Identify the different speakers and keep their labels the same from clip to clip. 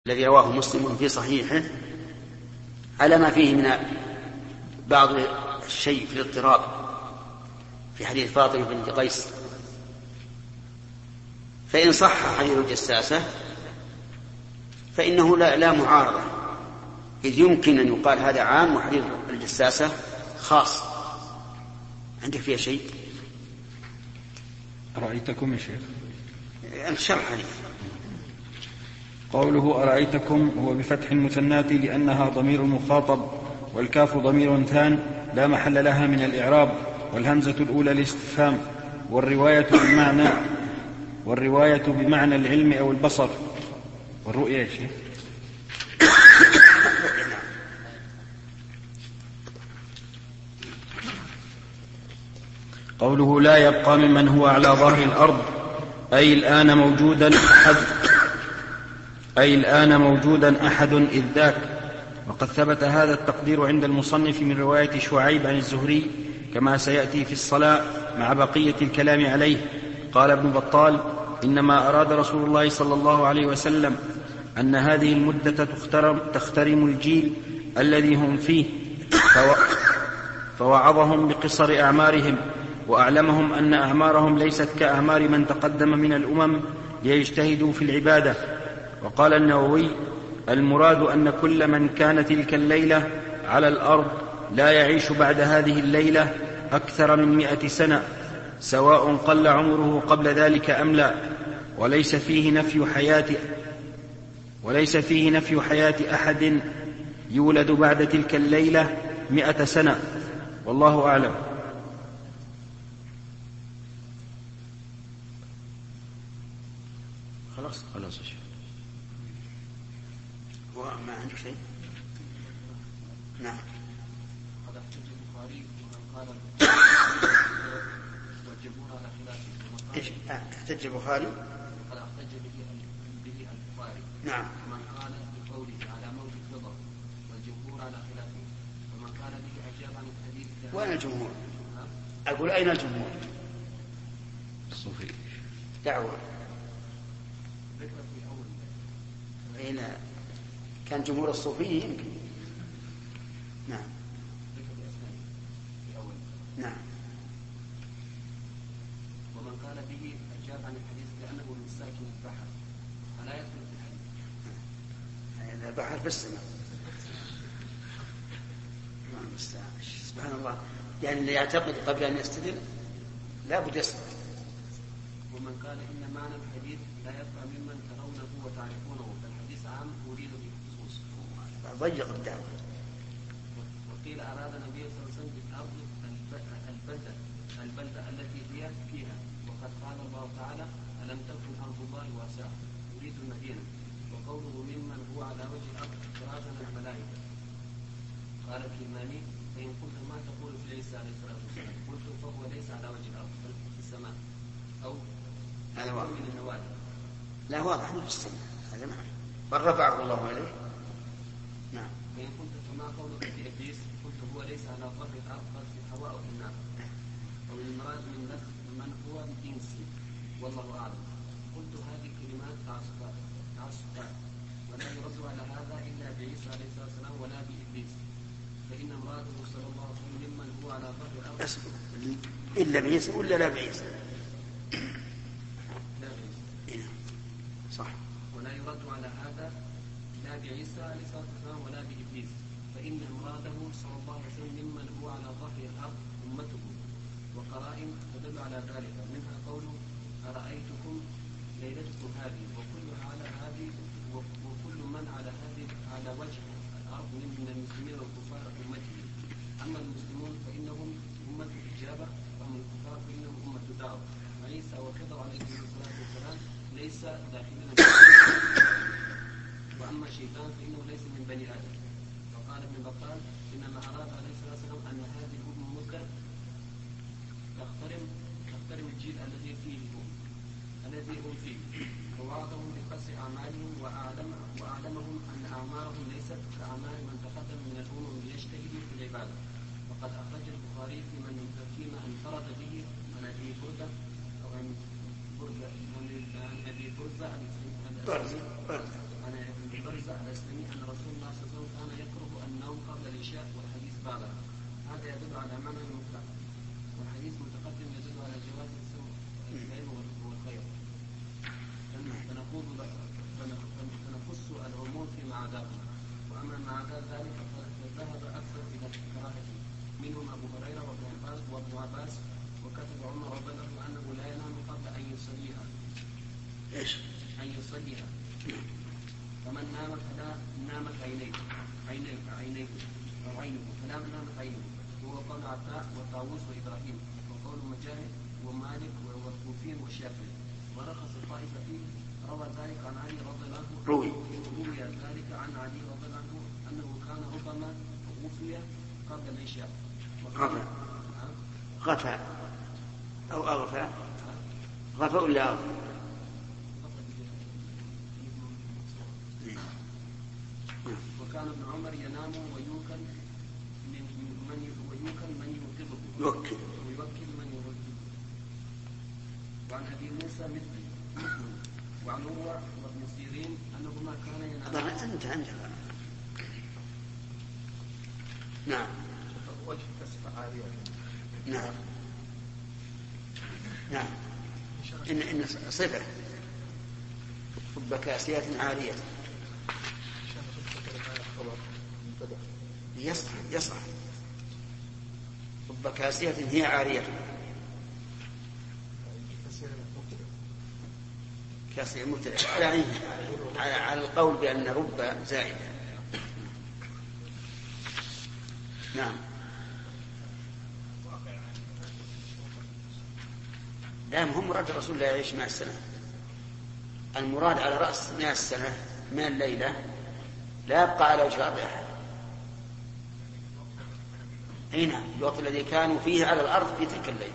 Speaker 1: الذي رواه مسلم في صحيحه على ما فيه من بعض الشيء في الاضطراب في حديث فاطمة بنت قيس. فإن صح حديث الجساسة فإنه لا معارضة، إذ يمكن أن يقال هذا عام وحديث الجساسة خاص. عندك فيها شيء؟
Speaker 2: أرأيتكم يا شيخ
Speaker 1: الشرح عليه.
Speaker 2: قوله أرأيتكم هو بفتح المثناة لأنها ضمير مخاطب، والكاف ضمير ثان لا محل لها من الإعراب، والهمزة الأولى الاستفهام، والرواية بمعنى العلم أو البصر والرؤية يا شيخ. قوله لا يبقى ممن هو على ظهر الأرض أي الآن موجودا أحد إذ ذاك. وقد ثبت هذا التقدير عند المصنف من رواية شعيب عن الزهري كما سيأتي في الصلاة مع بقية الكلام عليه. قال ابن بطال: إنما أراد رسول الله صلى الله عليه وسلم أن هذه المدة تخترم الجيل الذي هم فيه، فوعظهم بقصر أعمارهم، وأعلمهم أن أعمارهم ليست كأعمار من تقدم من الأمم ليجتهدوا في العبادة. وقال النووي: المراد أن كل من كان تلك الليلة على الأرض لا يعيش بعد هذه الليلة أكثر من 100 سنة، سواء قل عمره قبل ذلك أم لا، وليس فيه نفي حياة أحد يولد بعد تلك الليلة 100 سنة، والله أعلم.
Speaker 1: خلاص يا شيخ. ما عندك شيء؟ نعم.
Speaker 3: قد احتج البخاري ومن قال وجبونا على خلافه.
Speaker 1: ايش احتج البخاري؟
Speaker 3: قد احتج به البخاري.
Speaker 1: نعم.
Speaker 3: ومن قال بقوله على موت الفضل والجمهور على خلافه، ومن قال به اجاب عن الحديث.
Speaker 1: وين الجمهور؟ اقول اين الجمهور؟
Speaker 2: الصوفي.
Speaker 1: دعوة.
Speaker 3: ذكر في اول.
Speaker 1: أين كان جمهور الصوفية يمكن. نعم.
Speaker 3: ذكر بأسمائه في أول.
Speaker 1: نعم.
Speaker 3: ومن قال به أجاب عن الحديث لأنه من ساكن البحر فلا يدخل في الحديث.
Speaker 1: هذا بحر في السماء. سبحان الله، يعني اللي يعتقد قبل أن يستدل لا بد يسمع.
Speaker 3: ومن قال إن معنى الحديث لا يبقى ممن ترونه وتعرفونه، فالحديث عام أريد به خصوص.
Speaker 1: ضيق الدعوة.
Speaker 3: وقيل أراد النبي صلى الله عليه وسلم بالأرض البلدة التي هي فيها، وقد قال الله تعالى: ألم تكن أرض الله واسعة يريد المدينة. وقوله ممن هو على وجه الأرض إخراجا من الملائكة. قال الكرماني: فإن قلت ما تقول في عيسى عليه الصلاة والسلام؟ قلت فهو ليس على وجه الأرض بل في السماء، أو
Speaker 1: هذا واضح.
Speaker 3: من النوادي.
Speaker 1: لا واضح في السماء، هذا نعم، بل رفعه الله عليه. نعم.
Speaker 3: فإن قلت فما قولك في إبليس؟ قلت هو ليس على ظهر الأرض بل في الهواء وفي النار. والمراد من لفظ من هو الإنسي، والله أعلم. قلت هذه كلمات تعصبان، ولا يرد على هذا إلا بعيسى عليه الصلاة والسلام ولا بإبليس، فإن مراده صلى الله عليه وسلم ممن هو على ظهر الأرض.
Speaker 1: إلا بعيسى ولا لا بعيسى؟
Speaker 3: لا بعيسى.
Speaker 1: صح.
Speaker 3: ولا يرد على هذا لا بعيسى عليه الصلاة والسلام ولا بإبليس، فإن مراده صلى الله عليه وسلم ممن هو على ظهر الأرض أمته. وقرائن تدل على ذلك، منها قوله: أرأيتكم ليلتكم هذه، وكل من على وجه الأرض من المسلمين والكفار أمته. أما المسلمون فإنهم أمة الإجابة، وأما الكفار فإنهم أمة الدعوة. وعيسى وكذا عليه الصلاة والسلام ليس داخلا. وأما الشيطان فإنه ليس من بني آدم. وقال ابن بطال: إنما أراد عليه الصلاة والسلام أن هذه الأمة تخترم الجيل الذي هم فيه، ووعظهم بقصر أعمالهم، وأعلمهم أن أعمارهم ليست كأعمال من تقدم من الأمم ليجتهدوا في العبادة. وقد أخرج البخاري فيما انفرد به عن أبي بردة عن أبي برزة عن موسى الأسلمي أن رسول الله صلى الله عليه وسلم كان يكره النوم قبل العشاء والحديث بعدها. هذا يدل على معنى المطلق، والحديث متقدم يدل على جواز العلم والخير. فنخص العموم فيما عداه، وأما ما عدا ذلك فذهب أكثر إلى كراهته، منهم أبو هريرة وابن عباس، وكتب عمر رضي الله عنه أنه لا ينام قبل أن يصليها.
Speaker 1: إيش؟
Speaker 3: أن يصليها. فمن نام فلا نامت عينيه فلا نامت عينيه، وهو قول عطاء وطاووس وإبراهيم، وقول مجاهد ومالك والكوفيين والشافعي. ورخص الطائفة فيه. روى ذلك عن علي رضي الله عنه. روي ذلك عن علي رضي الله عنه أنه كان ربما غفي قبل العشاء.
Speaker 1: غفى أو أغفى. غفى ولا أغفى؟
Speaker 3: وكان ابن عمر ينام ويوكل من
Speaker 1: يوكل
Speaker 3: من يوكل. وعن أبي موسى مثله. وعن عروة وابن سيرين أنهما كانا ينامان.
Speaker 1: أنت نعم.
Speaker 4: وجه كسب عارية.
Speaker 1: نعم. إن صفة رب كاسيات عارية. يصح رب كاسية هي عارية. كاسية مبتدأ على القول بأن رب زائدة. نعم. لا مهم مراد الرسول لا يعيش 100 سنة. المراد على رأس 100 سنة من الليلة لا يبقى على وجه الأرض أحد. هنا الوقت الذي كانوا فيه على الأرض في تلك الليلة.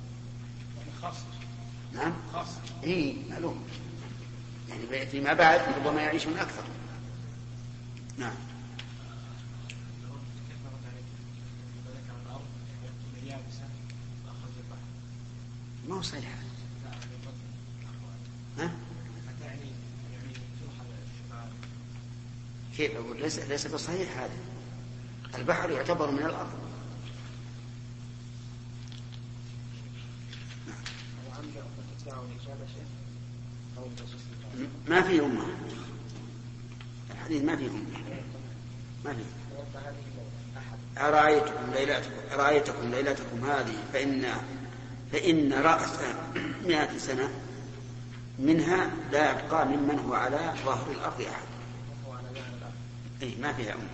Speaker 1: نعم خاص. معلوم يعني فيما بعد ربما يعيشون أكثر. نعم. ما هو صحيح. ها؟ كيف أقول؟ ليس بصحيح هذا. البحر يعتبر من الأرض. ما في أمة. الحديث ما في أمة. ما في. أرأيتكم ليلتكم هذه فإن رأس 100 سنة منها لا يبقى ممن هو على ظهر الأرض أحد. ما فيها أمة.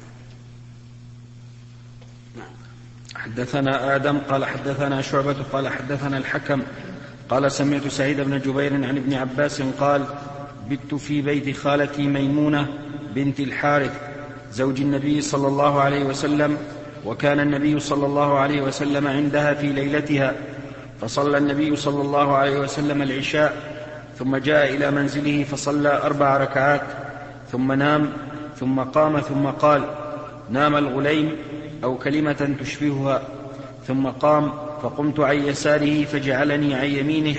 Speaker 1: نعم.
Speaker 2: حدثنا آدم قال حدثنا شعبة قال حدثنا الحكم قال سمعت سعيد بن جبير عن ابن عباس قال بت في بيت خالتي ميمونة بنت الحارث زوج النبي صلى الله عليه وسلم، وكان النبي صلى الله عليه وسلم عندها في ليلتها، فصلى النبي صلى الله عليه وسلم العشاء ثم جاء إلى منزله فصلى 4 ركعات ثم نام ثم قام ثم قال نام الغليم أو كلمة تشبهها، ثم قام فقمت عن يساره فجعلني عن يمينه.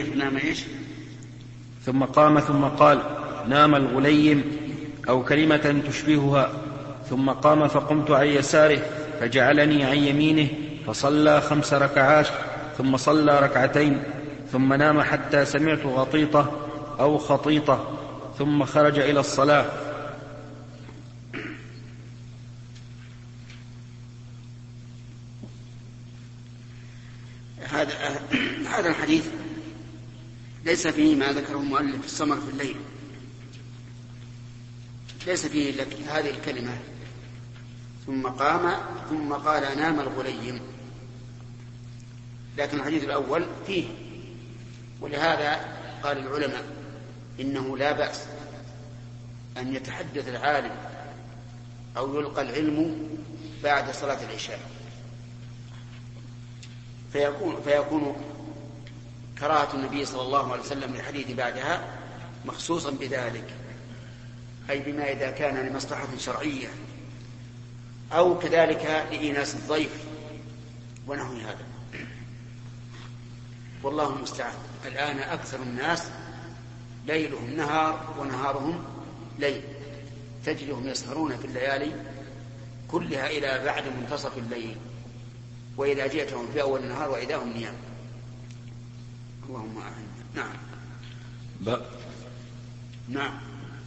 Speaker 2: ثم قام ثم قال نام الغليم أو كلمة تشبهها، ثم قام فقمت عن يساره فجعلني عن يمينه، فصلى 5 ركعات ثم صلى 2 ركعتين ثم نام حتى سمعت غطيطة أو خطيطة ثم خرج إلى الصلاة.
Speaker 1: هذا الحديث ليس فيه ما ذكره المؤلف في السمر في الليل، ليس فيه إلا هذه الكلمة ثم قام ثم قال نام الغليم، لكن الحديث الأول فيه. ولهذا قال العلماء إنه لا بأس أن يتحدث العالم أو يلقى العلم بعد صلاة العشاء، فيكون كراهة النبي صلى الله عليه وسلم للحديث بعدها مخصوصا بذلك، أي بما إذا كان لمصلحة شرعية أو كذلك لإيناس الضيف ونحو هذا. والله المستعان. الآن أكثر الناس ليلهم نهار ونهارهم ليل، تجدهم يسهرون في الليالي كلها إلى بعد منتصف الليل، وإذا جئتهم في أول النهار وإذا هم نيام. اللهم أعنا. نعم. نعم.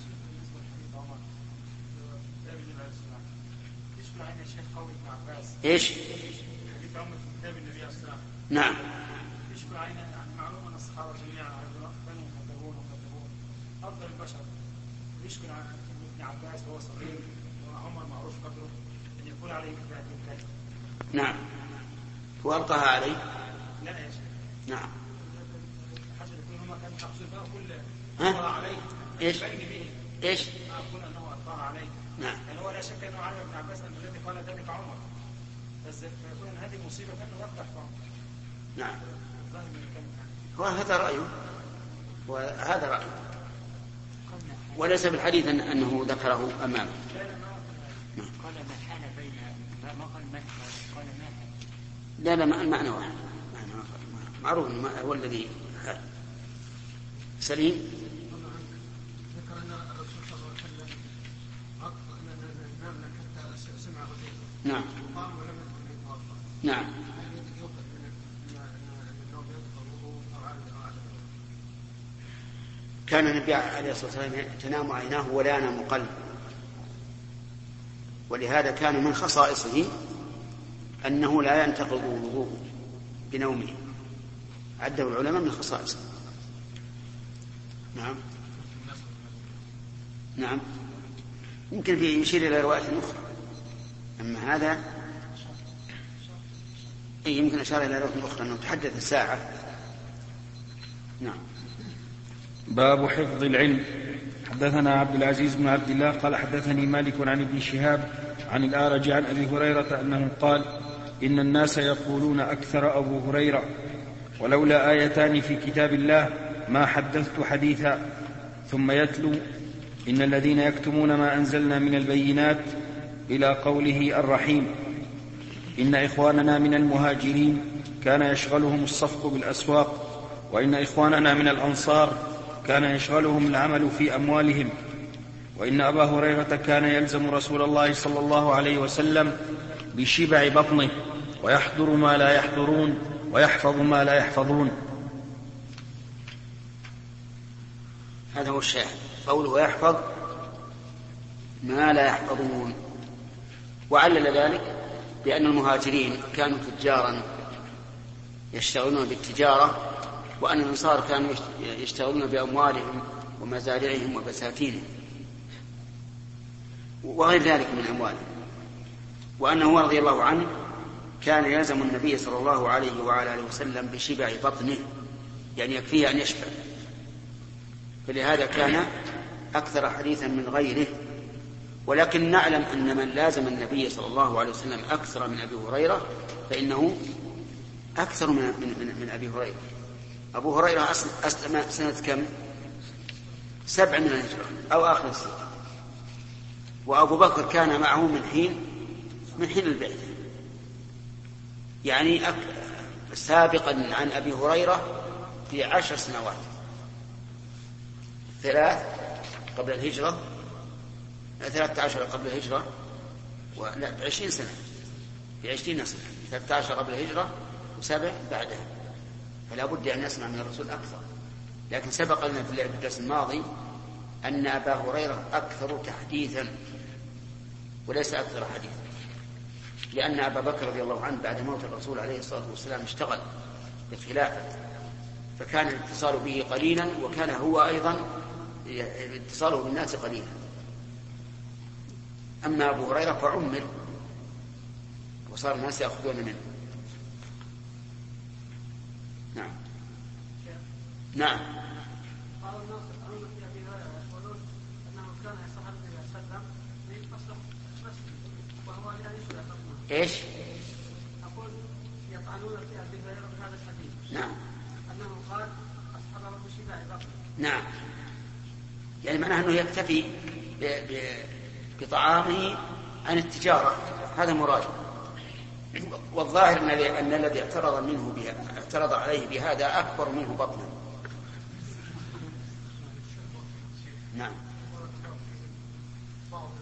Speaker 1: ايش؟
Speaker 5: حديث عمر في كتاب النبي عليه الصلاه والسلام.
Speaker 1: نعم.
Speaker 5: يشكر علينا يعني معلوم ان الصحابه جميعا كانوا مكذبون افضل البشر. يشكر على ابن عباس وهو صغير وعمر معروف قدره ان يكون عليه كتاب الكاتب.
Speaker 1: نعم. وألقاها عليه؟
Speaker 5: لا يا شيخ.
Speaker 1: نعم.
Speaker 5: حتى يكون هما كانوا حافظين بقى كل
Speaker 1: ها؟
Speaker 5: ألقاها عليه.
Speaker 1: ايش؟
Speaker 5: ايش؟ أقول أنه ألقاها عليه.
Speaker 1: نعم.
Speaker 5: يعني هو لا شك أنه علم ابن عباس أن الذي قال ذلك عمر. بس فيكون أن هذه مصيبة كأنه يقدح عمر.
Speaker 1: نعم.
Speaker 5: ظاهر من الكلمة.
Speaker 1: وهذا رأيه، وهذا رأيه، وليس بالحديث أنه ذكره أمامه.
Speaker 6: قال ما حال بين ما قال ما قال ما
Speaker 1: لا المعنى واحد، معروف هو الذي حال. سليم.
Speaker 4: ذكر أن الرسول صلى الله عليه وسلم نام حتى سمع غزيره.
Speaker 1: نعم.
Speaker 4: وقام ولم يدخل يتوضا.
Speaker 1: نعم.
Speaker 4: هل يؤخذ من النوم ينقض الوضوء أو عدم الوضوء؟
Speaker 1: كان النبي عليه الصلاة والسلام تنام عيناه ولا ينام قلبه، ولهذا كان من خصائصه أنه لا ينتقض الوضوء بنومه، عده العلماء من خصائصه. نعم. نعم. يمكن في يشير إلى رواية أخرى، أما هذا يمكن أشار إلى رواية أخرى أنه تحدث الساعة. نعم.
Speaker 2: باب حفظ العلم. حدثنا عبد العزيز بن عبد الله قال حدثني مالك عن ابن شهاب عن الأعرج عن أبي هريرة أنه قال إن الناس يقولون أكثر أبو هريرة ولولا آيتان في كتاب الله ما حدثت حديثا، ثم يتلو إن الذين يكتمون ما أنزلنا من البينات إلى قوله الرحيم. إن إخواننا من المهاجرين كان يشغلهم الصفق بالأسواق، وإن إخواننا من الأنصار كان يشغلهم العمل في أموالهم، وإن أبا هريرة كان يلزم رسول الله صلى الله عليه وسلم بشبع بطنه ويحضر ما لا يحضرون ويحفظ ما لا يحفظون.
Speaker 1: هذا هو الشاهد، قوله يحفظ ما لا يحفظون. وعلل ذلك بأن المهاجرين كانوا تجارا يشتغلون بالتجارة، وأن الأنصار كانوا يشتغلون بأموالهم ومزارعهم وبساتينهم وغير ذلك من أموالهم، وأنه رضي الله عنه كان يلزم النبي صلى الله عليه وعلى آله وسلم بشبع بطنه، يعني يكفيه أن يشبع، فلهذا كان أكثر حديثا من غيره. ولكن نعلم أن من لازم النبي صلى الله عليه وسلم أكثر من أبي هريرة فإنه أكثر من أبي هريرة. أبو هريرة أسلم سنة كم؟ 7 من الهجرة أو آخر السنة، وأبو بكر كان معه من حين البعثة، يعني سابقا عن أبي هريرة ب10 سنوات، 3 قبل الهجرة، 13 قبل الهجرة، ولا 20 سنة، ب20 سنة، 13 قبل الهجرة و7 بعدها، فلا بد أن نسمع من الرسول أكثر. لكن سبق لنا في الدرس الماضي أن أبا هريرة أكثر تحديثا وليس أكثر حديثا، لأن أبا بكر رضي الله عنه بعد موت الرسول عليه الصلاة والسلام اشتغل بالخلافة، فكان الاتصال به قليلا، وكان هو أيضا اتصاله بالناس قليلا. أما أبو هريرة فعمر وصار الناس يأخذون منه. نعم. نعم.
Speaker 5: قال الناس أمر في أبي هريرة يقولون أنه كان يصحب النبي صلى الله عليه وسلم ليتصلح مسجد وهو لا يشبع بطنه.
Speaker 1: إيش؟
Speaker 5: أقول يطعنون في أبي هريرة بهذا الحديث.
Speaker 1: نعم.
Speaker 5: أنه قال أصحبه بشبع بطنه.
Speaker 1: نعم، يعني معناه أنه يكتفي بطعامه عن التجارة، هذا مراد. والظاهر أن الذي اعترض عليه بهذا أكبر منه بطنا. نعم.
Speaker 4: بعض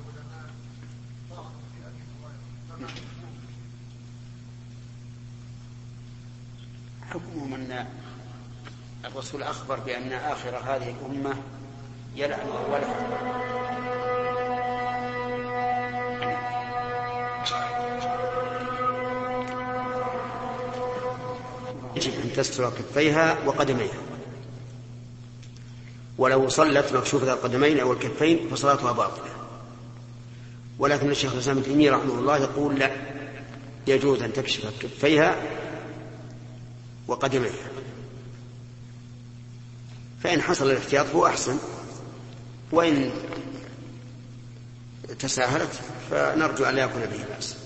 Speaker 1: حكمهم أن الرسول أخبر بأن آخر هذه الأمة يلعن أولها. يجب أن تستر كفيها وقدميها، ولو صلت مكشوفة القدمين أو الكفين فصلاتها باطلة. ولكن الشيخ الإسلام ابن تيمية رحمه الله يقول لا، يجوز أن تكشف كفيها وقدميها، فإن حصل الاحتياط هو أحسن، وإن تساهلت فنرجو أن لا يكون به بأس.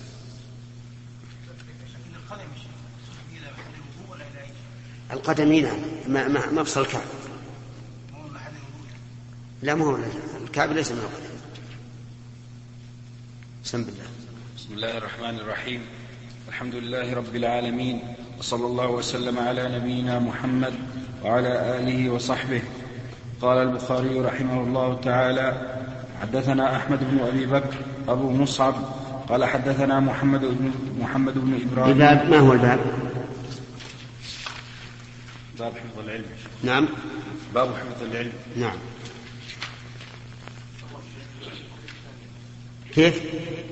Speaker 1: القدمين ما بصل الكعب، لا ما هو الكعب ليس من القدم. بسم الله.
Speaker 2: بسم الله الرحمن الرحيم. الحمد لله رب العالمين، وصلى الله وسلم على نبينا محمد وعلى آله وصحبه. قال البخاري رحمه الله تعالى: حدثنا أحمد بن أبي بكر أبو مصعب قال حدثنا محمد بن إبراهيم.
Speaker 1: الباب ما هو الباب؟
Speaker 2: باب حفظ العلم.
Speaker 1: نعم،
Speaker 2: باب حفظ العلم.
Speaker 1: نعم. كيف؟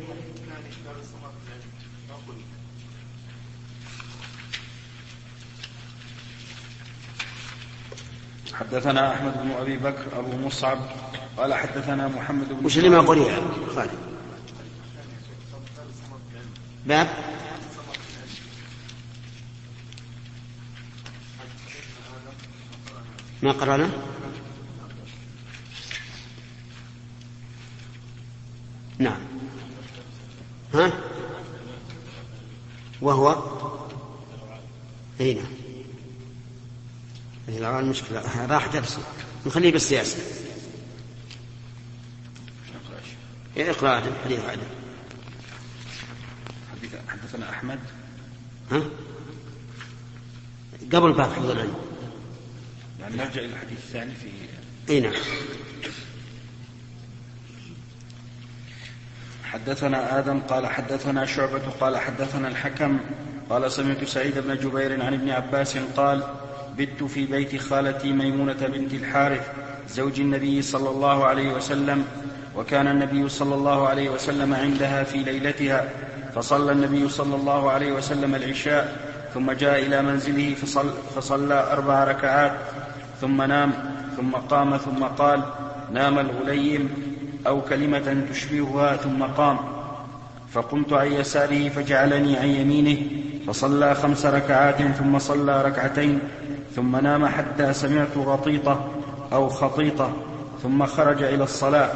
Speaker 2: حدثنا أحمد بن أبي بكر أبو مصعب قال حدثنا محمد بن.
Speaker 1: وش اللي ما قرئ خالد؟ باب ما قرأنا؟ نعم. ها؟ وهو هنا هنا المشكلة راح درس نخليه بالسياسة. اقرأ حديث عدل.
Speaker 2: حدثنا أحمد.
Speaker 1: ها؟ قبل باب حفظ العلم.
Speaker 2: يعني نرجع إلى الحديث الثاني في.
Speaker 1: أي نعم.
Speaker 2: حدثنا آدم قال حدثنا شعبة قال حدثنا الحكم قال سمعت سعيد بن جبير عن ابن عباس قال: بت في بيت خالتي ميمونة بنت الحارث زوج النبي صلى الله عليه وسلم، وكان النبي صلى الله عليه وسلم عندها في ليلتها، فصلى النبي صلى الله عليه وسلم العشاء ثم جاء إلى منزله فصلى 4 ركعات ثم نام، ثم قام ثم قال: نام الغليم أو كلمة تشبهها، ثم قام، فقمت عن يساره فجعلني عن يمينه، فصلى 5 ركعات ثم صلى 2 ركعتين ثم نام حتى سمعت غطيطة أو خطيطة ثم خرج إلى الصلاة.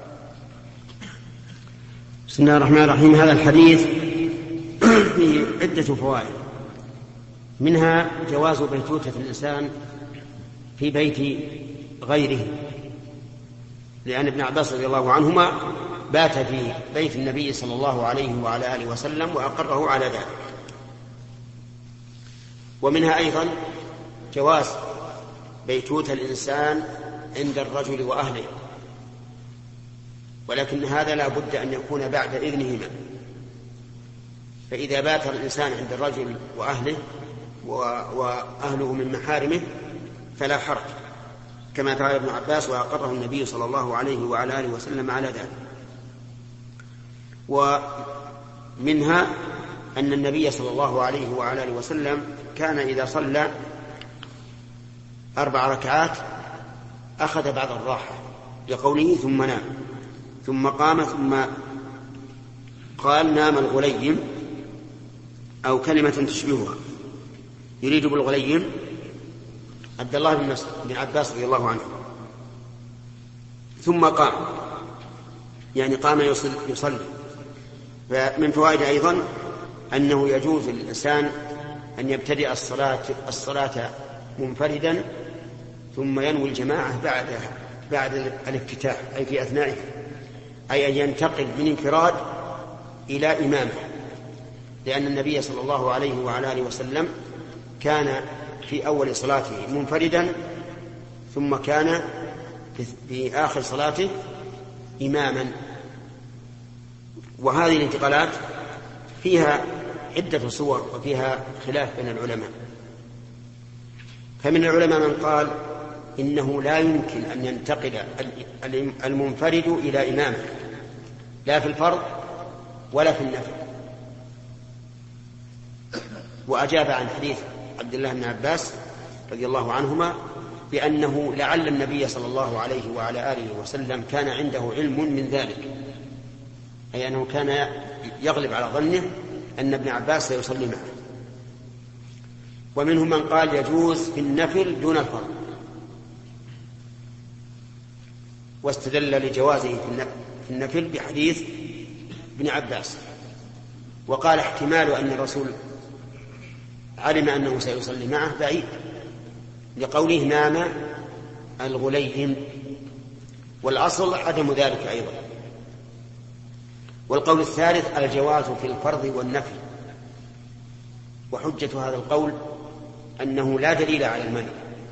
Speaker 1: بسم الله الرحمن الرحيم. هذا الحديث فيه عدة فوائد، منها جواز بيتوتة الإنسان في بيت غيره، لأن ابن عباس رضي الله عنهما بات في بيت النبي صلى الله عليه وعلى آله وسلم وأقره على ذلك. ومنها أيضا جواز بيتوت الإنسان عند الرجل وأهله، ولكن هذا لا بد أن يكون بعد إذنهما، فإذا بات الإنسان عند الرجل وأهله وأهله من محارمه فلا حرج، كما فعل ابن عباس وأقره النبي صلى الله عليه وعلى آله وسلم على ذلك. ومنها أن النبي صلى الله عليه وعلى آله وسلم كان إذا صلى 4 ركعات أخذ بعض الراحة، لقوله ثم نام، ثم قام، ثم قال: نام الغليم أو كلمة تشبهها. يريد بالغليم عبد الله بن عباس رضي الله عنه. ثم قام، يعني قام يصلي. فمن فوائد أيضا أنه يجوز للإنسان أن يبتدئ الصلاة منفردا ثم ينوي الجماعة بعد الافتتاح، أي في أثنائه، أي أن ينتقل من انفراد إلى إمامة، لأن النبي صلى الله عليه وعلى آله وسلم كان في أول صلاته منفردا، ثم كان في آخر صلاته إماما. وهذه الانتقالات فيها عدة صور وفيها خلاف بين العلماء. فمن العلماء من قال إنه لا يمكن أن ينتقل المنفرد إلى إمامه لا في الفرض ولا في النفل، وأجاب عن حديث عبد الله بن عباس رضي الله عنهما بأنه لعل النبي صلى الله عليه وعلى آله وسلم كان عنده علم من ذلك، أي أنه كان يغلب على ظنه أن ابن عباس سيصلي معه. ومنهم من قال يجوز في النفل دون الفرض، واستدل لجوازه في النفل بحديث ابن عباس، وقال احتمال أن الرسول علم أنه سيصلي معه بعيد، لقوله نام الغليم، والأصل عدم ذلك أيضا. والقول الثالث الجواز في الفرض والنفل، وحجة هذا القول أنه لا دليل على المنع،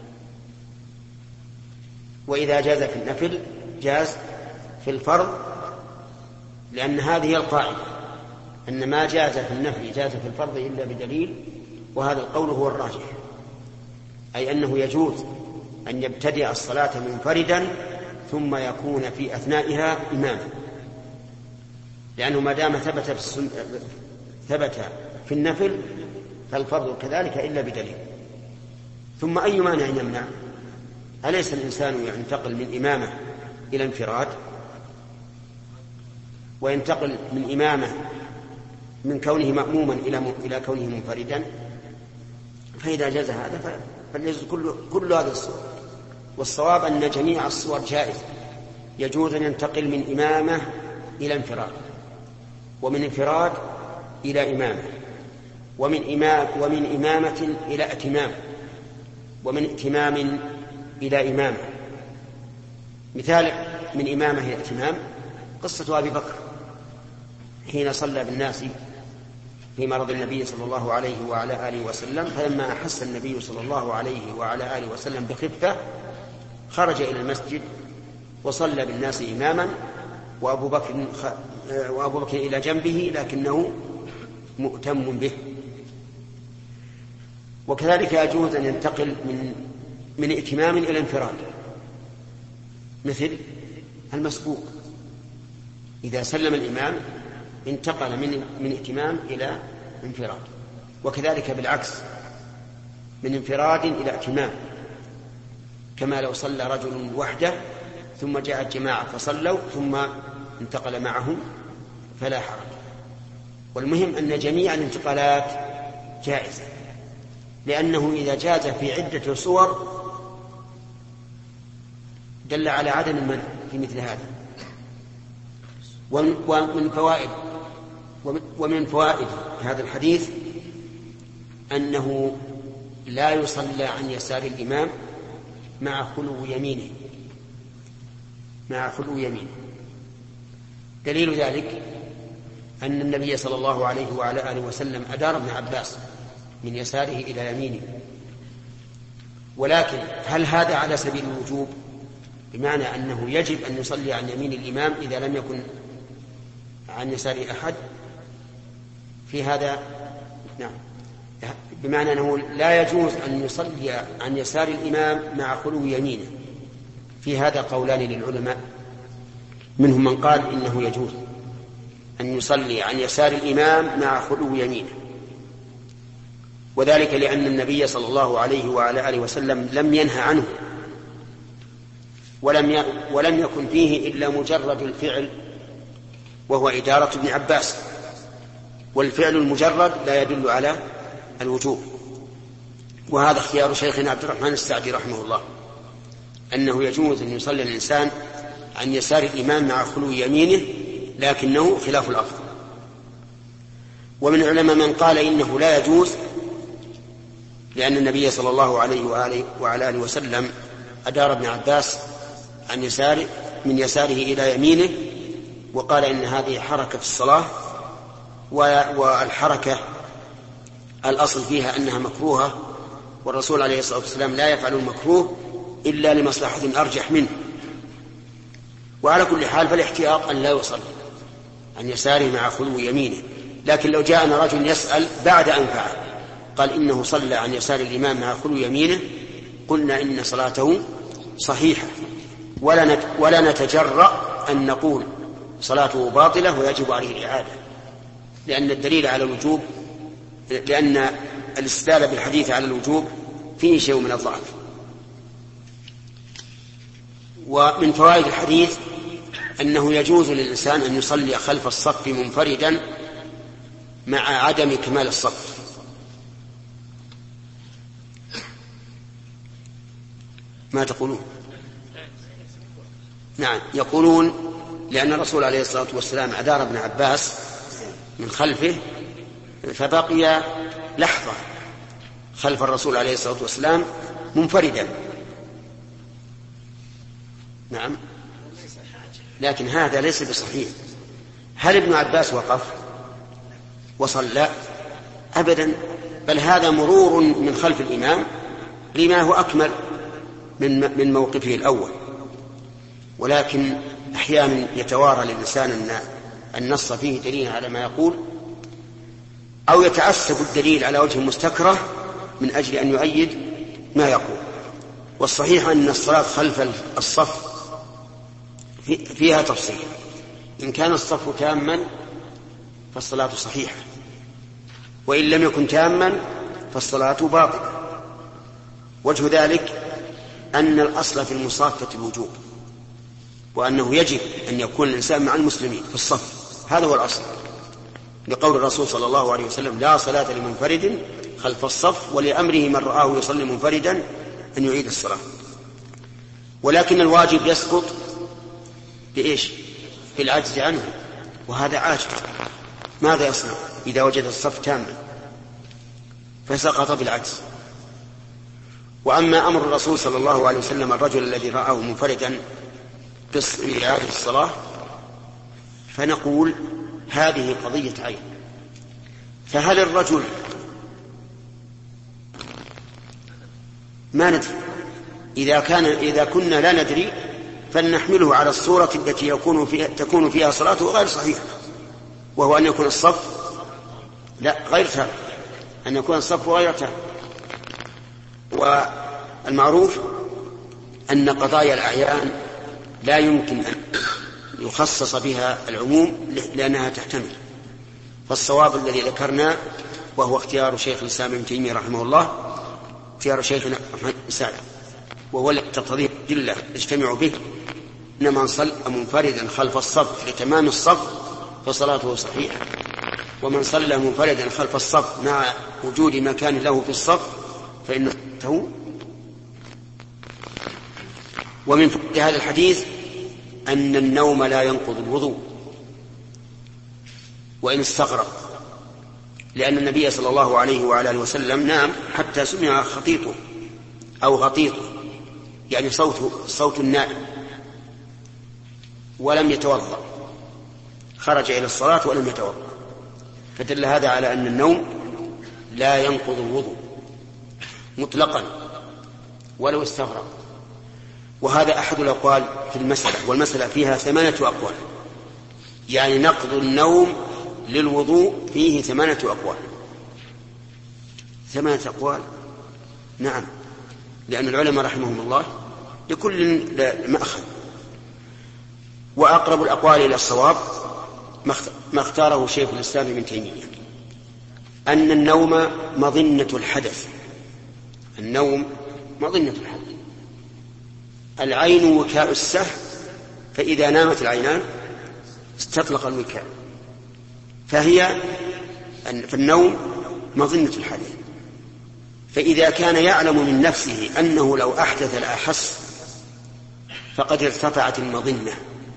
Speaker 1: وإذا جاز في النفل جاز في الفرض، لأن هذه هي القاعدة أن ما جاز في النفل جاز في الفرض إلا بدليل، وهذا القول هو الراجح، أي أنه يجوز أن يبتدئ الصلاة منفردا ثم يكون في أثنائها إماما، لأنه ما دام ثبت في النفل فالفرض كذلك إلا بدليل. ثم أي مانع يمنع؟ أليس الإنسان ينتقل من إمامة إلى انفراد، وينتقل من إمامة من كونه مأموما إلى كونه منفردا؟ فإذا جاز هذا فليجوز كل هذه الصور. والصواب أن جميع الصور جائزة، يجوز أن ينتقل من إمامة إلى انفراد، ومن انفراد إلى إمامة، ومن إمامة إلى ائتمام، ومن ائتمام إلى إمامة. مثال من إمامة إلى ائتمام قصة أبي بكر حين صلى بالناس في مرض النبي صلى الله عليه وعلى آله وسلم، فلما أحس النبي صلى الله عليه وعلى آله وسلم بخفة خرج إلى المسجد وصلى بالناس إماما، وأبو بكر إلى جنبه لكنه مؤتم به. وكذلك يجوز أن ينتقل من ائتمام إلى انفراد، مثل المسبوق إذا سلم الإمام انتقل من ائتمام إلى انفراد، وكذلك بالعكس من انفراد إلى ائتمام، كما لو صلى رجل وحده ثم جاءت جماعة فصلوا ثم انتقل معهم فلا حرج. والمهم أن جميع الانتقالات جائزة، لأنه إذا جاز في عدة صور دل على عدم المنع في مثل هذا. ومن فوائد هذا الحديث أنه لا يصلى عن يسار الإمام مع خلو يمينه، دليل ذلك أن النبي صلى الله عليه وعلى آله وسلم أدار ابن عباس من يساره إلى يمينه. ولكن هل هذا على سبيل الوجوب، بمعنى أنه يجب أن يصلي عن يمين الإمام إذا لم يكن عن يسار أحد؟ في هذا نعم، بمعنى أنه لا يجوز أن يصلي عن يسار الإمام مع خلو يمينه. في هذا قولان للعلماء، منهم من قال إنه يجوز أن يصلي عن يسار الإمام مع خلو يمينه، وذلك لأن النبي صلى الله عليه وعلى آله وسلم لم ينهى عنه، ولم يكن فيه إلا مجرد الفعل وهو إدارة ابن عباس، والفعل المجرد لا يدل على الوجوب. وهذا اختيار شيخنا عبد الرحمن السعدي رحمه الله، أنه يجوز أن يصلي الإنسان عن يسار الإمام مع خلو يمينه، لكنه خلاف الأفضل. ومن العلماء من قال إنه لا يجوز، لأن النبي صلى الله عليه وعلى آله وسلم أدار ابن عباس عن يساره من يساره إلى يمينه، وقال إن هذه حركة الصلاة، والحركة الأصل فيها أنها مكروهة، والرسول عليه الصلاة والسلام لا يفعل المكروه إلا لمصلحة أرجح منه. وعلى كل حال فالاحتياط أن لا يصلي، عن يساره مع خلو يمينه. لكن لو جاءنا رجل يسأل بعد أن فعل قال إنه صلى عن يسار الإمام مع خلو يمينه، قلنا إن صلاته صحيحة، ولا نتجرأ أن نقول صلاته باطلة ويجب عليه الإعادة، لأن الدليل على الوجوب، لأن الاستدلال بالحديث على الوجوب فيه شيء من الضعف. ومن فوائد الحديث أنه يجوز للإنسان أن يصلي خلف الصف منفردا مع عدم كمال الصف. ما تقولون؟ نعم، يقولون لأن الرسول عليه الصلاة والسلام أدار ابن عباس من خلفه فبقي لحظة خلف الرسول عليه الصلاة والسلام منفردا. نعم، لكن هذا ليس بصحيح. هل ابن عباس وقف وصلى؟ أبدا، بل هذا مرور من خلف الإمام لما هو أكمل من موقفه الأول. ولكن أحيانا يتوارى للإنسان أن النص فيه دليل على ما يقول، أو يتعسب الدليل على وجه مستكره من أجل أن يؤيد ما يقول. والصحيح أن الصلاة خلف الصف فيها تفصيل. إن كان الصف تاما فالصلاة صحيحة، وإن لم يكن تاما فالصلاة باطلة. وجه ذلك أن الأصل في المصافة الوجوب، وأنه يجب أن يكون الإنسان مع المسلمين في الصف، هذا هو الأصل، لقول الرسول صلى الله عليه وسلم: لا صلاة لمنفرد خلف الصف، ولأمره من رآه يصلي منفردا أن يعيد الصلاة. ولكن الواجب يسقط بإيش؟ بالعجز عنه، وهذا عاجز. ماذا يصنع إذا وجد الصف تاما؟ فسقط بالعجز. وأما أمر الرسول صلى الله عليه وسلم الرجل الذي رآه منفردا بإعادة الصلاة، فنقول هذه قضية عين. فهل الرجل ما ندري؟ إذا كنا لا ندري فلنحمله على الصورة التي تكون فيها صلاته غير صحيحة، وهو أن يكون الصف غير تام، أن يكون الصف غير تام. والمعروف أن قضايا الأعيان لا يمكن أن يخصص بها العموم لأنها تحتمل. فالصواب الذي ذكرنا، وهو اختيار شيخ الإسلام ابن تيمية رحمه الله، اختيار شيخنا أحمد بن سعد، وهو الذي تقتضيه الأدلة يجتمع به، إن من صلى منفردا خلف الصف لتمام الصف فصلاته صحيحة، ومن صلى منفردا خلف الصف مع وجود مكان له في الصف فإنه. ومن فقه هذا الحديث أن النوم لا ينقض الوضوء وإن استغرق، لأن النبي صلى الله عليه وعلى آله وسلم نام حتى سمع خطيطه أو غطيطه، يعني صوت النائم، ولم يتوضأ، خرج إلى الصلاة ولم يتوضأ، فدل هذا على أن النوم لا ينقض الوضوء مطلقا ولو استغرق. وهذا أحد الأقوال في المسألة، والمسألة فيها 8 أقوال، يعني نقض النوم للوضوء فيه 8 أقوال. 8 أقوال، نعم، لأن العلماء رحمهم الله لكل مأخذ. وأقرب الأقوال إلى الصواب ما اختاره شيخ الإسلام ابن تيمية، أن النوم مظنة الحدث. النوم مظنة الحدث، العين وكاء السهو، فإذا نامت العينان استطلق الوكاء، فالنوم مظنة الحدث. فإذا كان يعلم من نفسه أنه لو أحدث لأحس فقد ارتفعت المظنة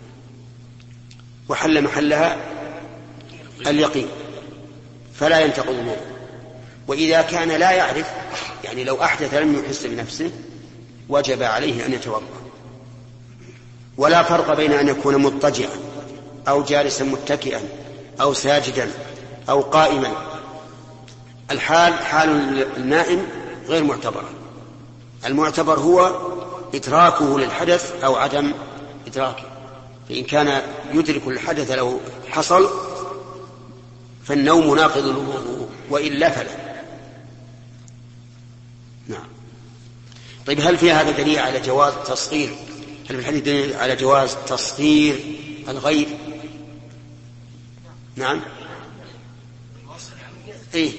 Speaker 1: وحل محلها اليقين، فلا ينتقض الوضوء. وإذا كان لا يعرف، يعني لو أحدث لم يحس بنفسه، وجب عليه أن يتوضأ. ولا فرق بين أن يكون مضطجعا أو جالسا متكئا أو ساجدا أو قائما. حال النائم غير معتبرة، المعتبر هو إدراكه للحدث أو عدم إدراكه. فإن كان يدرك الحدث لو حصل فالنوم ناقض للوضوء، وإلا فلا. نعم. طيب هل في هذا دليل على جواز تصغير؟ هل في الحديث دليل على جواز تصغير الغير؟ نعم. إيه؟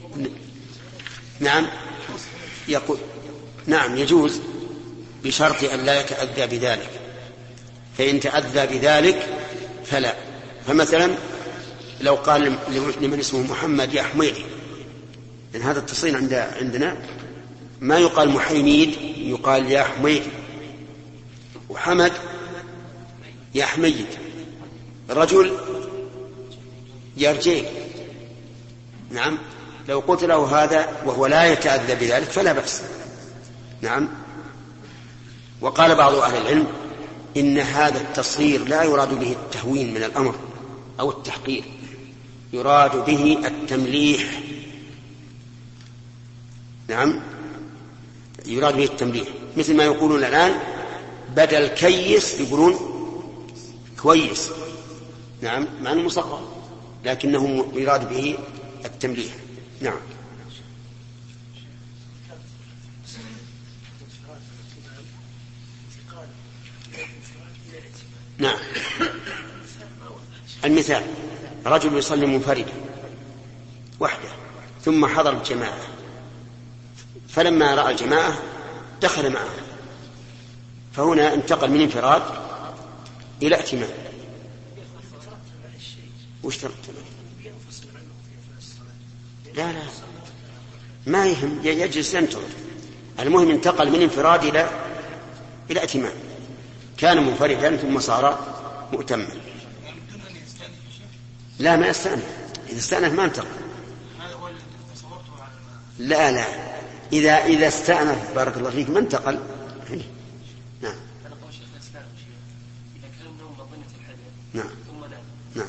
Speaker 1: نعم. يقول نعم يجوز بشرط أن لا يتأذى بذلك، فإن تأذى بذلك فلا. فمثلا لو قال لمن اسمه محمد يا حميدي، لأن هذا التصغير عندنا ما يقال محيميد، يقال يا حميدي، وحمد يا حميد، رجل يرجيك. نعم. لو قلت له هذا وهو لا يتأذى بذلك فلا بأس. نعم. وقال بعض أهل العلم إن هذا التصغير لا يراد به التهوين من الأمر أو التحقير، يراد به التمليح. نعم. يراد به التمليح، مثل ما يقولون الآن بدل كيس يقولون كويس. نعم. مع أنه مصغر لكنه يراد به التمليح. نعم. نعم. المثال رجل يصلي منفردا وحده ثم حضر الجماعة، فلما رأى الجماعة دخل معه، فهنا انتقل من انفراد إلى ائتمام. وش ترتب؟ لا ما يهم، يجلس ينتظر. المهم انتقل من انفراد إلى ائتمام، كان منفردا ثم صار مؤتما. لا ما يستأنف، إذا استأنف ما انتقل. لا إذا استأنف بارك الله فيك ما انتقل. نعم. نعم. نعم.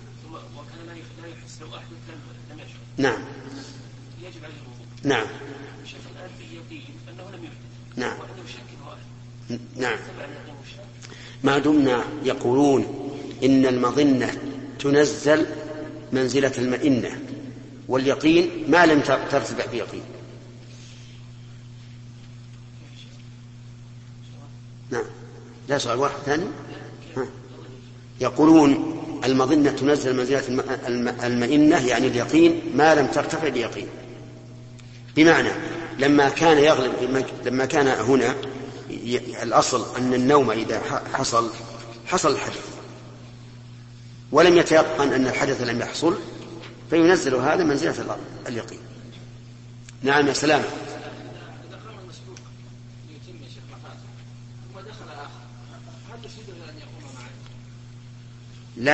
Speaker 1: نعم.
Speaker 3: يجب عليه الوضوء.
Speaker 1: نعم.
Speaker 3: الشيخ الآن في يقين أنه لم يحدث.
Speaker 1: نعم.
Speaker 3: وعنده شك واحد.
Speaker 1: نعم. ما دمنا يقولون إن المظنة تنزل منزلة المئنة واليقين ما لم ترتفع بيقين. نعم. لا سؤال واحد ثاني. يقولون المظنة تنزل منزلة المئنة يعني اليقين ما لم ترتفع بيقين، بمعنى لما كان هنا الأصل أن النوم إذا حصل الحدث ولم يتيقن أن الحدث لم يحصل فينزل هذا منزلة اليقين. نعم يا سلام.
Speaker 4: إذا قام المسبوق ليتم شيخ مفاتح ثم دخل آخر، هل يفيد أن يقوم معه؟
Speaker 1: لا،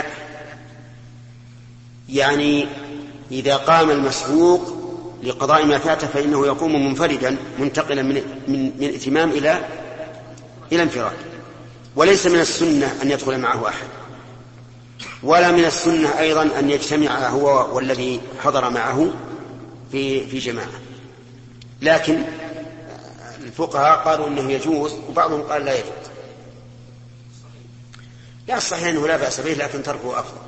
Speaker 1: يعني إذا قام المسبوق لقضاء ما فات فإنه يقوم منفردا منتقلا من ائتمام إلى انفراد، وليس من السنة أن يدخل معه أحد، ولا من السنة أيضا أن يجتمع هو والذي حضر معه في جماعة. لكن الفقهاء قالوا أنه يجوز وبعضهم قال لا يجوز. لا، الصحيح أنه لا بأس به لكن تركه أفضل.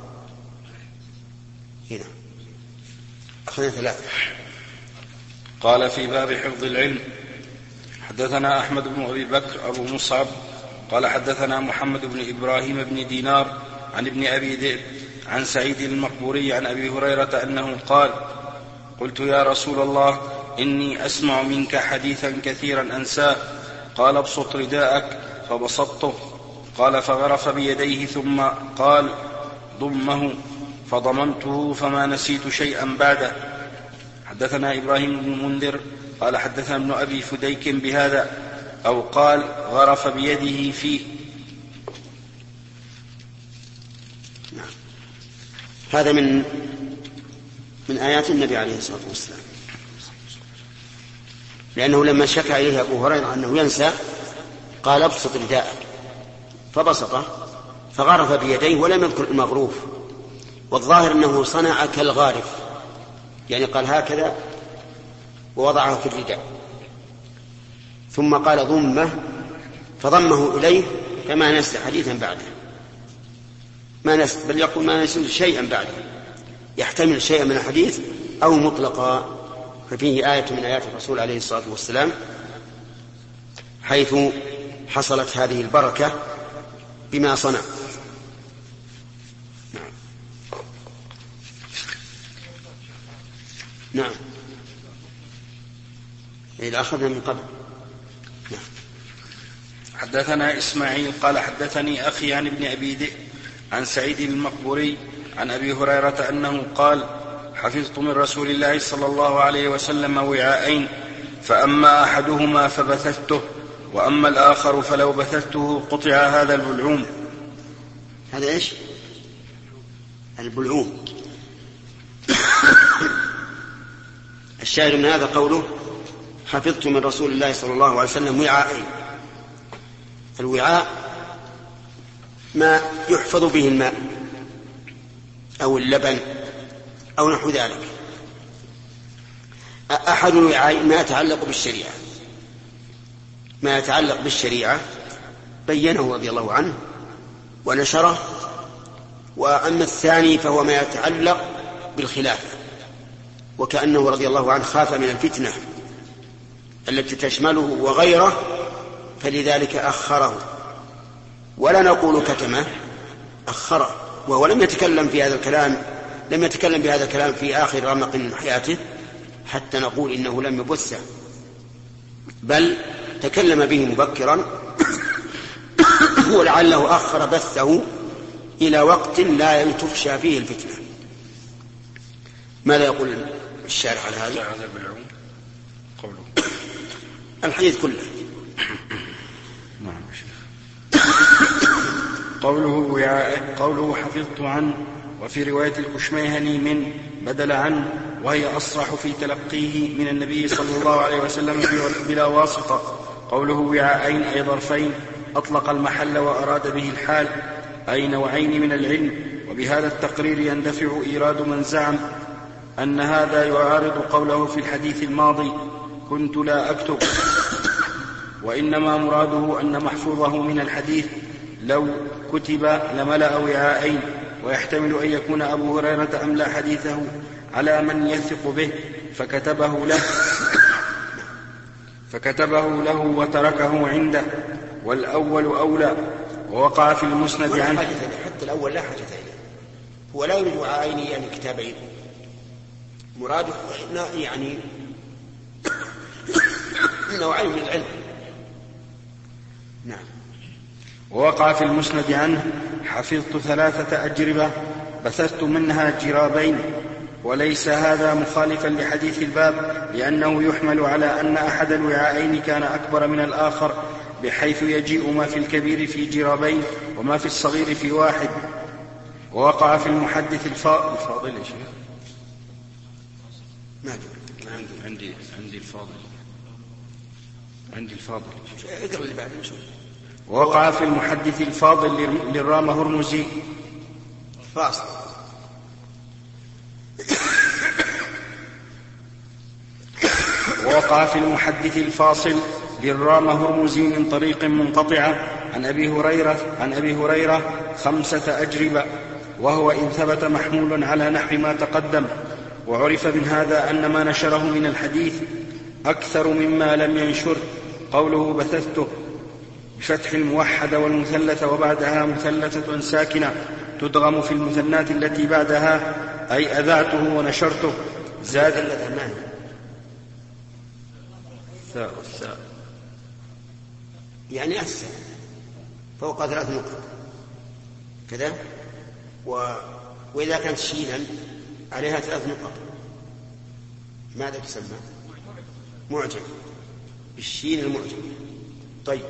Speaker 1: هنا أخذنا 3.
Speaker 2: قال في باب حفظ العلم: حدثنا أحمد بن أبي بكر أبو مصعب قال حدثنا محمد بن إبراهيم بن دينار عن ابن أبي ذئب عن سعيد المقبوري عن أبي هريرة أنه قال: قلت يا رسول الله إني أسمع منك حديثا كثيرا أنساه. قال: ابسط رداءك، فبسطته. قال: فغرف بيديه ثم قال: ضمه، فضممته فما نسيت شيئا بعده. حدثنا إبراهيم بن منذر قال حدثنا ابن أبي فديك بهذا، أو قال غرف بيده فيه.
Speaker 1: هذا من آيات النبي عليه الصلاة والسلام، لأنه لما شكى إليه أبو هريرة أنه ينسى قال: ابسط رداءك، فبسطه فغرف بيديه ولم يذكر المغروف، والظاهر أنه صنع كالغارف، يعني قال هكذا ووضعه في الرداء، ثم قال: ضمه، فضمه إليه كما نسل حديثا بعده. ما نسد، بل يقول ما نسد شيئا بعده، يحتمل شيئا من الحديث أو مطلقا. ففيه آية من آيات الرسول عليه الصلاة والسلام حيث حصلت هذه البركة بما صنع. نعم إذا أخذنا من قبل. نعم.
Speaker 2: حدثنا إسماعيل قال حدثني أخي عن ابن أبي ذئب عن سعيد المقبوري عن أبي هريرة أنه قال حفظت من رسول الله صلى الله عليه وسلم وعاءين، فأما أحدهما فبثثته، وأما الآخر فلو بثثته قطع هذا البلعوم.
Speaker 1: هذا إيش؟ البلعوم. الشاهد من هذا قوله حفظت من رسول الله صلى الله عليه وسلم وعاءين. الوعاء ما يحفظ به الماء أو اللبن أو نحو ذلك. أحد الوعاء ما يتعلق بالشريعة، ما يتعلق بالشريعة بينه رضي الله عنه ونشره، وأما الثاني فهو ما يتعلق بالخلافة، وكأنه رضي الله عنه خاف من الفتنة التي تشمله وغيره فلذلك أخره، ولا نقول كتمه، أخره، وهو لم يتكلم في هذا الكلام، لم يتكلم بهذا الكلام في آخر رمق من حياته حتى نقول إنه لم يبثه، بل تكلم به مبكرا ولعله أخر بثه إلى وقت لا تفشى فيه الفتنة. ماذا يقول الشارح على هذا؟
Speaker 2: قوله
Speaker 1: الحديث كله.
Speaker 2: نعم قوله حفظت عنه، وفي رواية الكشميهني من بدل عنه، وهي أصرح في تلقيه من النبي صلى الله عليه وسلم بلا واسطة. قوله وعاءين أي ظرفين، أطلق المحل وأراد به الحال، أي نوعين من العلم. وبهذا التقرير يندفع إيراد من زعم أن هذا يعارض قوله في الحديث الماضي كنت لا أكتب، وإنما مراده أن محفوظه من الحديث لو كتب لملأ وعاءين، ويحتمل أن يكون أبو هريرة أملى حديثه على من يثق به فكتبه له وتركه عنده، والأول أولى. ووقع في المسند عنه
Speaker 1: حتى الأول لا حاجة إليه، هو لا يريد وعاءين يعني كتابين، مراده يعني نوعين من العلم. نعم.
Speaker 2: ووقع في المسند عنه حفظت 3 أجربة بثثت منها جرابين، وليس هذا مخالفا لحديث الباب، لأنه يحمل على أن أحد الوعاءين كان أكبر من الآخر، بحيث يجيء ما في الكبير في جرابين وما في الصغير في واحد. ووقع في المحدث الفاضل يا شيخ، عندي الفاضل
Speaker 1: اقرأ اللي بعد.
Speaker 2: ووقع في المحدث الفاضل للرام هرمزي
Speaker 1: فاصل.
Speaker 2: ووقع في المحدث الفاصل للرام هرمزي من طريق منقطعة عن أبي هريرة 5 أجربة، وهو إن ثبت محمول على نحو ما تقدم. وعرف من هذا أن ما نشره من الحديث أكثر مما لم ينشر. قوله بثثته بفتح الموحد والمثلث وبعدها مثلثة ساكنة تدغم في المثنات التي بعدها، أي أذعته ونشرته. زاد
Speaker 1: الأمان
Speaker 2: ثاء
Speaker 1: يعني أسفل فوق 3 نقط كذا، وإذا كانت شينا عليها 3 نقط ماذا تسمى؟ معجم، بالشين المعجم. طيب.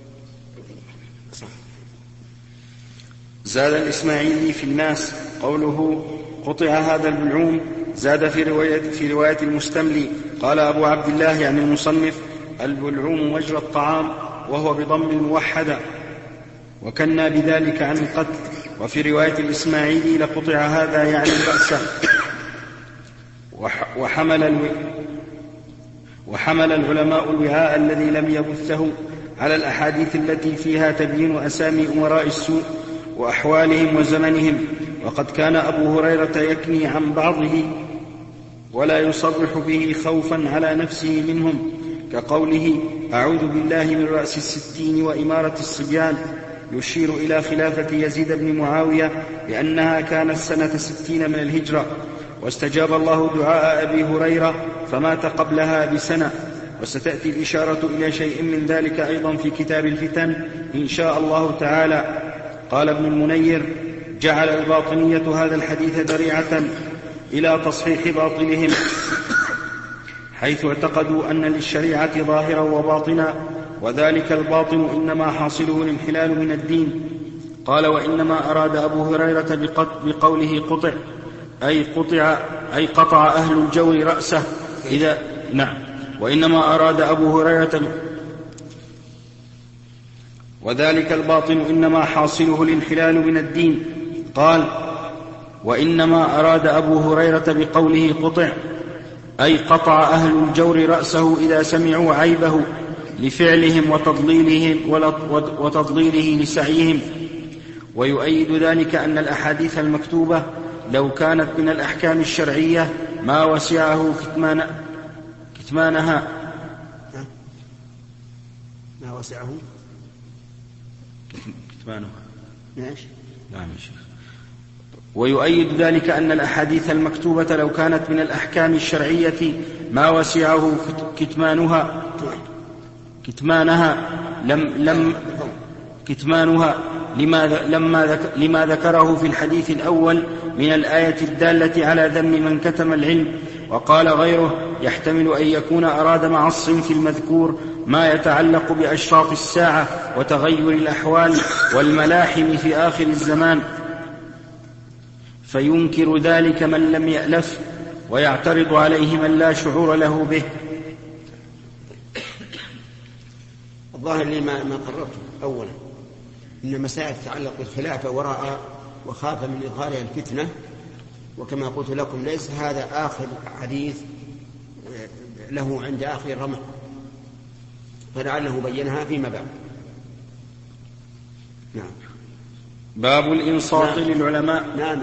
Speaker 2: زاد الإسماعيلي في الناس قوله قطع هذا البلعوم. زاد في رواية المستملي قال أبو عبد الله يعني المصنف البلعوم مجرى الطعام، وهو بضم الموحدة، وكنا بذلك عن القتل. وفي رواية الإسماعيلي لقطع هذا يعني رأسه. وحمل العلماء الوعاء الذي لم يبثه على الأحاديث التي فيها تبيين أسامي أمراء السوء وأحوالهم وزمنهم. وقد كان أبو هريرة يكني عن بعضه ولا يصرح به خوفا على نفسه منهم، كقوله أعوذ بالله من رأس الستين وإمارة الصبيان، يشير إلى خلافة يزيد بن معاوية لأنها كانت سنة 60 من الهجرة، واستجاب الله دعاء أبي هريرة فمات قبلها بسنة. وستأتي الإشارة إلى شيء من ذلك أيضا في كتاب الفتن إن شاء الله تعالى. قال ابن المنير: جعل الباطنية هذا الحديث ذريعة إلى تصحيح باطلهم، حيث اعتقدوا أن للشريعة ظاهرا وباطنا، وذلك الباطن إنما حاصله الانحلال من الدين. قال: وإنما أراد أبو هريرة بقوله قطع أي قطع أهل الجور رأسه إذا وإنما أراد أبو هريرة وذلك الباطن إنما حاصله الانحلال من الدين. قال: وإنما أراد أبو هريرة بقوله قطع أي قطع أهل الجور رأسه إذا سمعوا عيبه لفعلهم وتضليله لسعيهم. ويؤيد ذلك أن الأحاديث المكتوبة لو كانت من الأحكام الشرعية ما وسعه كتمانها.
Speaker 1: ما وسعه
Speaker 2: كتمانها.
Speaker 1: ماشي.
Speaker 2: نعم يا شيخ. ويؤيد ذلك أن الأحاديث المكتوبة لو كانت من الأحكام الشرعية ما وسعه كتمانها لما ذكره في الحديث الأول من الآية الدالة على ذم من كتم العلم. وقال غيره: يحتمل أن يكون أراد مع الصنف المذكور ما يتعلق بأشراط الساعة وتغير الأحوال والملاحم في آخر الزمان، فينكر ذلك من لم يألف، ويعترض عليه من لا شعور له به.
Speaker 1: الظاهر لي ما قررته أولا إن مسائل تتعلق بالخلافة وراء وخاف من إظهارها الفتنة، وكما قلت لكم ليس هذا آخر حديث له عند آخر الرمق، فلعله بينها فيما بعد. نعم.
Speaker 2: باب الإنصات للعلماء.
Speaker 1: نعم.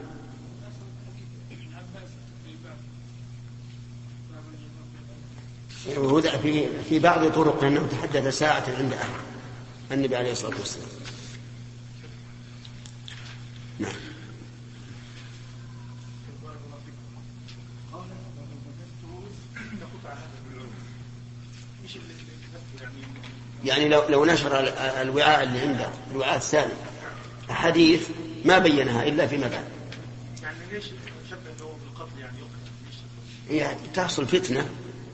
Speaker 1: وهذا في بعض طرق أنه تحدث ساعة عند النبي عليه الصلاة والسلام. نعم. يعني لو نشر الوعاء اللي عنده الوعاء الثاني أحاديث ما بينها إلا فيما بعد،
Speaker 5: يعني ليش شبه بالقتل؟ يعني
Speaker 1: تحصل فتنة.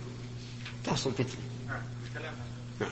Speaker 4: نعم.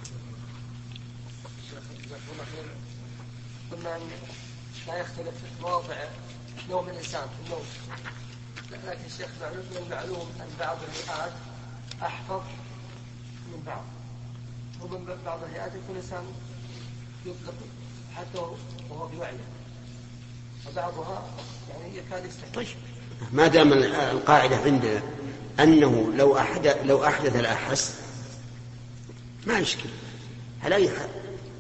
Speaker 4: قلنا لا يختلف واقع نوم الإنسان في النوم، لكن الشيخ من المعلوم أن بعض الهيئات أحفظ من بعض، ومن بعض الهيئات يكون الإنسان يطلق حتى وهو بوعيه، وبعضها يعني يكاد يستحيل.
Speaker 1: طيب ما دام القاعدة عندنا أنه لو أحدث لا أحس ما يشكل على أي حال.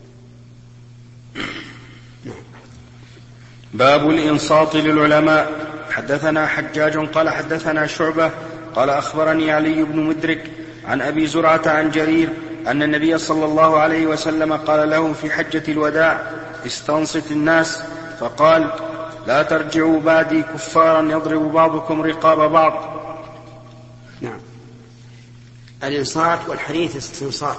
Speaker 2: باب الإنصات للعلماء. حدثنا حجاج قال حدثنا شعبة قال أخبرني علي بن مدرك عن أبي زرعة عن جرير أن النبي صلى الله عليه وسلم قال له في حجة الوداع: استنصت الناس، فقال: لا ترجعوا بعدي كفارا يضرب بعضكم رقاب بعض.
Speaker 1: نعم. الإنصات والحديث استنصات،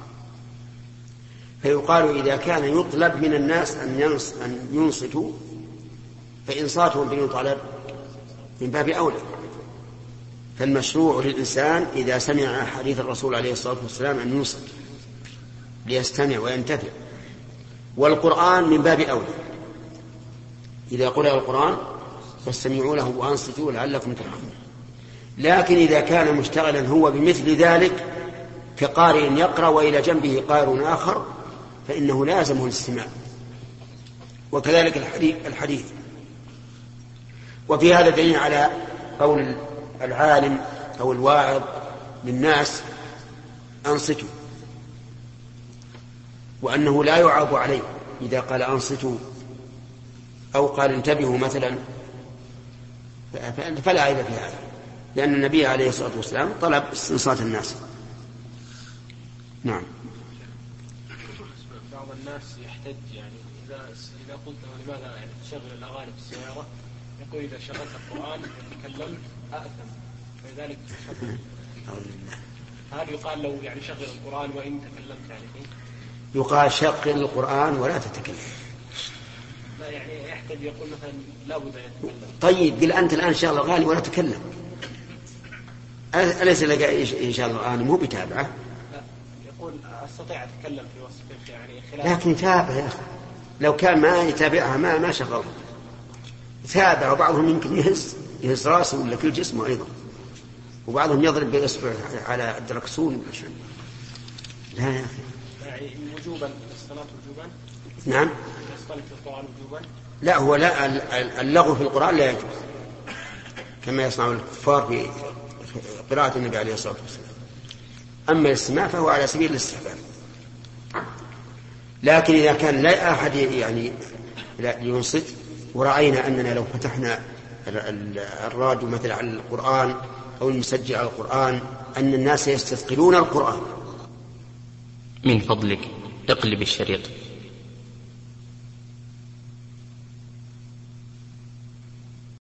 Speaker 1: فيقال إذا كان يطلب من الناس أن ينصتوا فإنصاتهم بالطلب من باب أولى. فالمشروع للإنسان إذا سمع حديث الرسول عليه الصلاة والسلام أن ينصت ليستمع وينتفع، والقرآن من باب أولى. إذا قرأ القرآن فاستمعوا له وأنصتوا لعلكم ترحمون. لكن إذا كان مشتغلا هو بمثل ذلك كقارئ يقرأ وإلى جنبه قارئ آخر فإنه لازمه الاستماع، وكذلك الحديث. وفي هذا دليل على قول العالم أو الواعظ للناس: أنصتوا، وأنه لا يعاب عليه إذا قال أنصتوا أو قال انتبهوا مثلا، فلا عيب في هذا، لأن النبي عليه الصلاة والسلام طلب استنصات الناس. نعم.
Speaker 7: بعض الناس يحتج يعني إذا قلت لماذا يعني تشغل الأغاني في السيارة، يقول إذا شغلت القرآن وتكلمت أأثم، فلذلك هل يقال لو يعني شغل القرآن وإن تكلمت يعني فيه؟
Speaker 1: يقال شغل القرآن ولا تتكلم.
Speaker 7: لا يعني يحتج يقول مثلا لا بد أن يتكلم.
Speaker 1: طيب قل أنت الآن شغل الأغاني ولا تتكلم، أليس لك إن شاء الله الآن مو بتابعة؟
Speaker 7: لا يقول أستطيع أتكلم في وصف يعني خلال،
Speaker 1: لكن تابع يا أخي، لو كان ما يتابعها ما شغل تابع. وبعضهم يمكن يهز راسه ولا كل جسمه أيضا، وبعضهم يضرب بإصبع على الدركسون. لا يا أخي.
Speaker 7: يعني وجوبا الصلاة وجوبا؟
Speaker 1: نعم.
Speaker 7: الصلاة في القرآن وجوبا؟
Speaker 1: لا، هو لا، اللغو في القرآن لا يجوز كما يصنع الكفار في قراءة النبي عليه الصلاة والسلام. أما الاستماع فهو على سبيل الاستحباب. لكن إذا كان لا أحد يعني ينصت، ورأينا أننا لو فتحنا الراديو مثلا على القرآن أو المسجل على القرآن أن الناس يستثقلون القرآن.
Speaker 8: من فضلك اقلب الشريط.